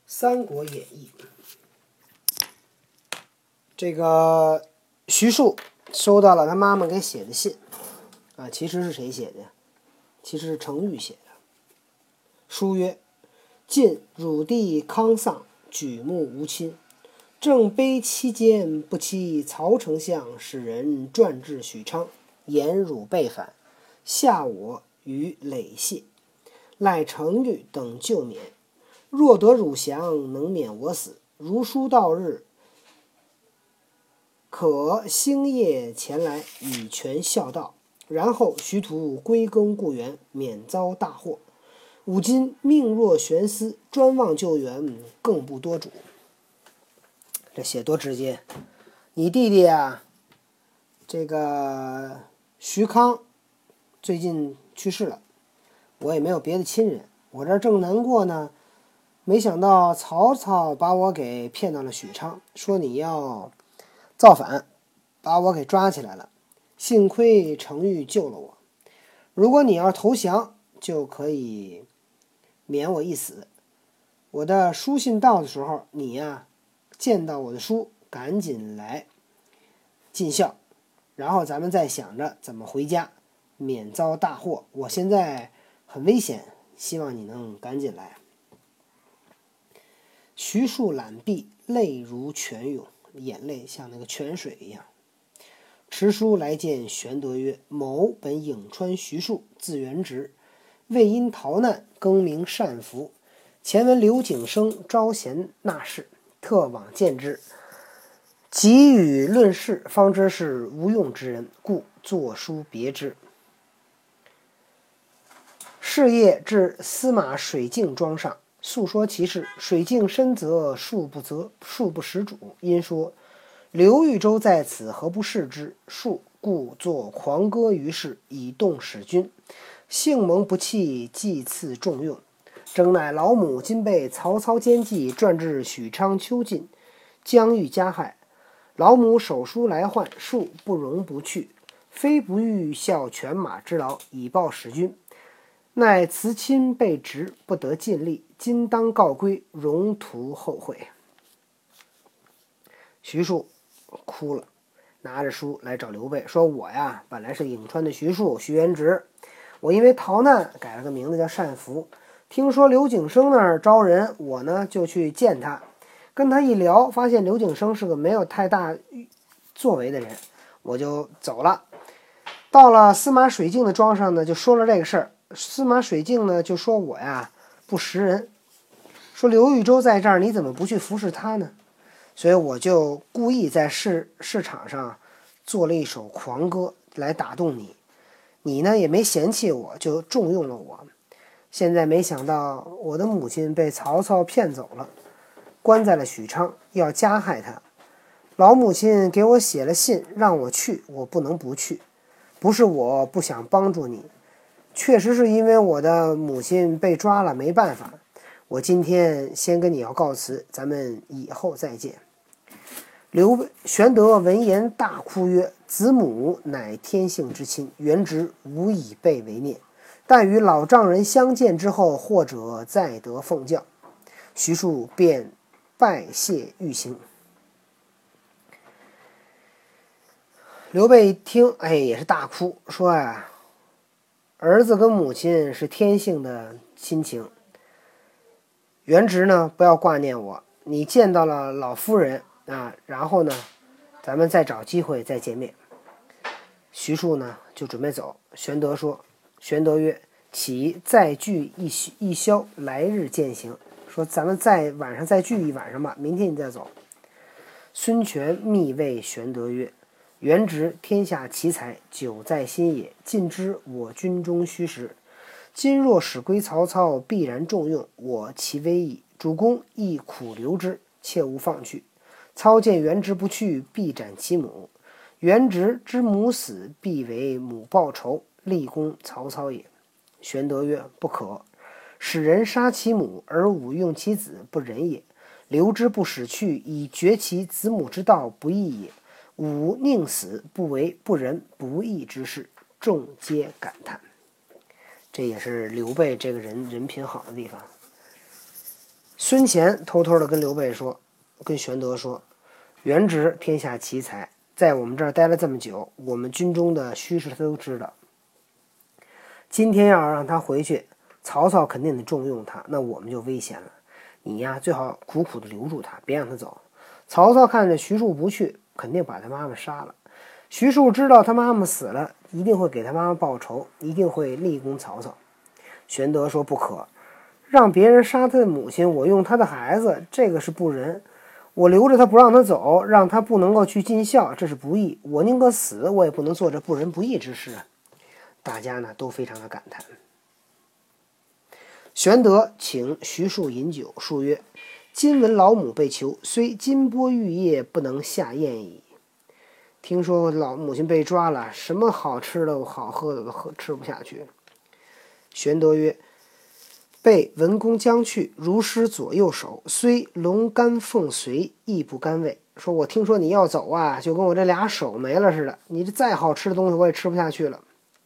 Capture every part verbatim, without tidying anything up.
三国演义》，这个徐庶收到了他妈妈给写的信，啊，其实是谁写的？其实是程昱写的。书曰：“晋汝弟康丧，举目无亲，正悲期间，不期曹丞相使人传至许昌，言汝备反，下我于累谢，赖程昱等救免。若得汝降，能免我死。如书到日，可星夜前来，以全孝道。然后徐图归耕故园，免遭大祸。吾今命若悬丝，专望救援，更不多主。”这写多直接！你弟弟啊，这个徐康最近去世了，我也没有别的亲人，我这正难过呢。没想到曹操把我给骗到了许昌，说你要造反，把我给抓起来了。幸亏程昱救了我，如果你要投降，就可以免我一死。我的书信到的时候，你呀、啊、见到我的书，赶紧来尽孝，然后咱们再想着怎么回家，免遭大祸。我现在很危险，希望你能赶紧来。徐庶览毕，泪如泉涌，眼泪像那个泉水一样。持书来见玄德曰：“某本颍川徐庶，字元直，为因逃难，更名单福。前闻刘景升招贤纳士，特往见之。及与论事，方知是无用之人，故作书别之。是夜至司马水镜庄上，诉说其事。水镜深责庶不责，庶不识主，因说刘豫州在此，何不视之？庶故作狂歌于世，以动使君。幸蒙不弃，既赐重用。征乃老母今被曹操奸计，传至许昌丘近，将欲加害。老母手书来唤，庶不容不去，非不欲效犬马之劳，以报使君。奈慈亲被职，不得尽力，今当告归，容图后悔。”徐庶哭了，拿着书来找刘备，说：“我呀，本来是颍川的徐庶，徐元直，我因为逃难改了个名字叫单福。听说刘景升那儿招人，我呢就去见他，跟他一聊，发现刘景升是个没有太大作为的人，我就走了。到了司马水镜的庄上呢，就说了这个事儿。司马水镜呢就说我呀不识人，说刘豫州在这儿，你怎么不去服侍他呢？所以我就故意在市市场上做了一首狂歌来打动你，你呢也没嫌弃我，就重用了我。现在没想到我的母亲被曹操骗走了，关在了许昌，要加害他。老母亲给我写了信让我去，我不能不去。不是我不想帮助你，确实是因为我的母亲被抓了，没办法。我今天先跟你要告辞，咱们以后再见。”刘玄德闻言大哭曰：“子母乃天性之亲，元直无以备为念。但与老丈人相见之后，或者再得奉教。”徐庶便拜谢欲行。刘备一听，哎，也是大哭，说啊，儿子跟母亲是天性的亲情，元直呢，不要挂念我，你见到了老夫人啊，然后呢，咱们再找机会再见面。徐庶呢就准备走，玄德说：“玄德曰，起再聚一一宵，来日践行。”说咱们再晚上再聚一晚上吧，明天你再走。孙权密谓玄德曰：“元直天下奇才，久在心也，尽知我军中虚实。今若使归曹操，必然重用我，其威矣。主公亦苦留之，切勿放去。操见元直不去，必斩其母。元直之母死，必为母报仇，立功曹操也。”玄德曰：“不可。使人杀其母，而吾用其子，不仁也。留之不使去，以绝其子母之道，不义也。吾宁死，不为不仁不义之事。”众皆感叹。这也是刘备这个人人品好的地方。 孙乾偷偷的跟刘备说，跟玄德说，元直天下奇才，在我们这儿待了这么久，我们军中的虚实他都知道。今天要让他回去，曹操肯定得重用他，那我们就危险了。你呀，最好苦苦的留住他，别让他走。曹操看着徐庶不去，肯定把他妈妈杀了。徐庶知道他妈妈死了，一定会给他妈妈报仇，一定会立功曹操。玄德说不可，让别人杀他的母亲，我用他的孩子，这个是不仁。我留着他不让他走，让他不能够去尽孝，这是不义。我宁可死，我也不能做这不仁不义之事啊！大家呢都非常的感叹。玄德请徐庶饮酒，庶曰：“今闻老母被囚，虽金钵玉液，不能下咽矣。”听说老母亲被抓了，什么好吃的好喝的都喝吃不下去。玄德曰：“备文公将去，如失左右手，虽龙肝凤髓，亦不甘味。”说我听说你要走啊，就跟我这俩手没了似的，你这再好吃的东西我也吃不下去了。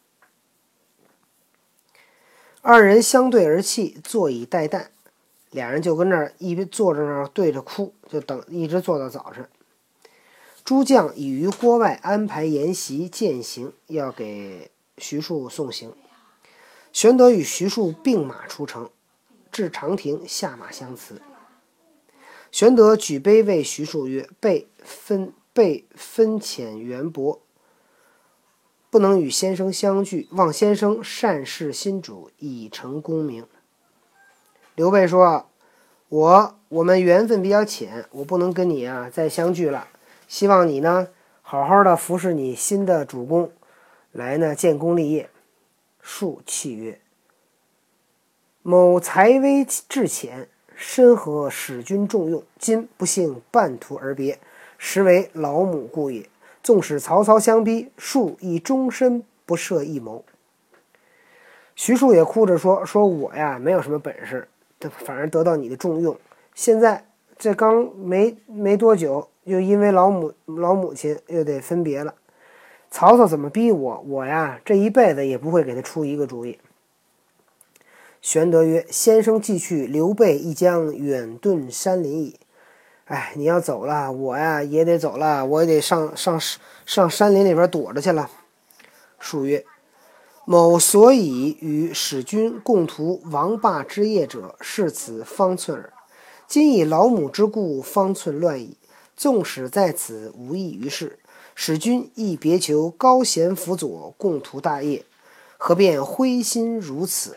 二人相对而泣，坐以待旦。俩人就跟那儿一边坐着那儿对着哭，就等一直坐到早晨。诸将已于郭外安排筵席饯行，要给徐庶送行。玄德与徐庶并马出城，至长亭下马相辞。玄德举杯为徐庶曰：“备分备分遣缘薄，不能与先生相聚，望先生善事新主，以成功名。”刘备说：“我我们缘分比较浅，我不能跟你啊再相聚了。希望你呢好好的服侍你新的主公，来呢建功立业。”庶泣曰：“某才微志浅，深合使君重用，今不幸半途而别，实为老母故也。纵使曹操相逼，庶亦终身不涉一谋。”徐庶也哭着说：“说我呀没有什么本事，反而得到你的重用。现在这刚没没多久，又因为老母老母亲又得分别了。曹操怎么逼我，我呀这一辈子也不会给他出一个主意。”玄德曰：“先生既去，刘备亦将远遁山林矣。”哎，你要走了，我呀也得走了，我也得上上上山林里边躲着去了。庶曰：“某所以与使君共图王霸之业者，是此方寸耳。今以老母之故，方寸乱矣。纵使在此，无益于事。使君亦别求高贤辅佐，共图大业，何便灰心如此？”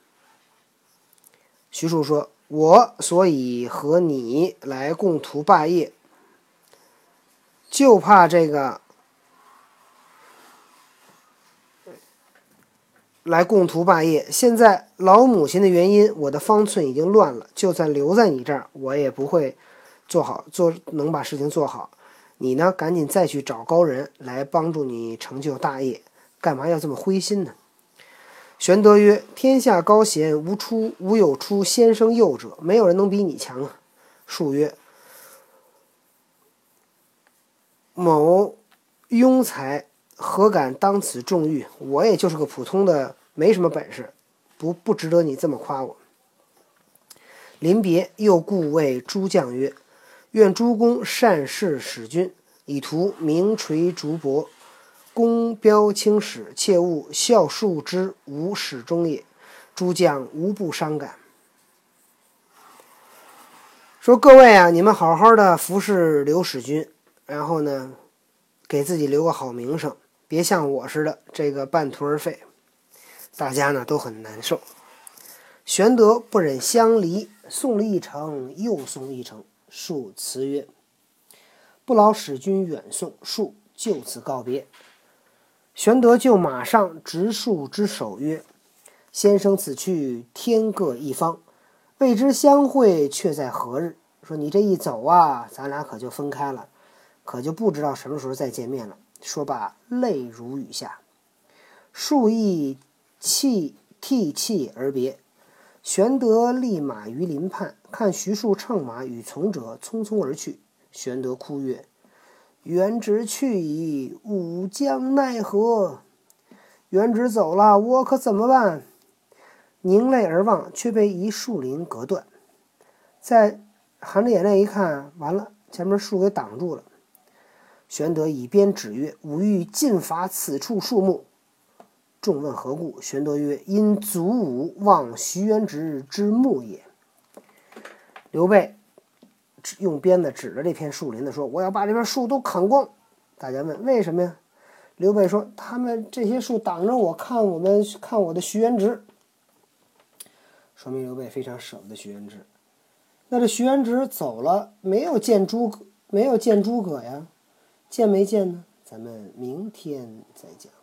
徐庶说：“我所以和你来共图霸业，就怕这个来共图霸业。现在老母亲的原因，我的方寸已经乱了，就算留在你这儿，我也不会做好做能把事情做好。你呢，赶紧再去找高人来帮助你成就大业，干嘛要这么灰心呢？”玄德曰：“天下高贤，无出无有出先生右者，没有人能比你强啊。”庶曰：“某庸才，何敢当此重誉？我也就是个普通的，没什么本事，不不值得你这么夸我。”临别，又故谓诸将曰：“愿诸公善事使君，以图名垂竹帛，功标青史，切勿笑庶之无始终也。诸将无不伤感。”说各位啊，你们好好的服侍刘使君，然后呢，给自己留个好名声，别像我似的这个半途而废。大家呢都很难受。玄德不忍相离，送了一程，又送一程。庶辞曰：“不劳使君远送。”庶就此告别。玄德就马上执庶之手曰：“先生此去，天各一方，未知相会却在何日？”说你这一走啊，咱俩可就分开了，可就不知道什么时候再见面了。说罢，泪如雨下。庶亦泣涕泣而别。玄德立马于林畔，看徐庶乘马与从者匆匆而去。玄德哭曰：“元直去矣，吾将奈何？”元直走了，我可怎么办？凝泪而望，却被一树林隔断。 在含着眼泪一看，完了，前面树给挡住了。玄德以鞭指曰：“吾欲尽伐此处树木。”众问何故？玄德曰：“因祖武望徐元直之墓也。”刘备用鞭子指着这片树林子说：“我要把这片树都砍光。”大家问为什么呀？刘备说：“他们这些树挡着我看我们看我的徐元直。”说明刘备非常舍不得徐元直。那这徐元直走了，没有见诸葛，没有见诸葛呀，见没见呢？咱们明天再讲。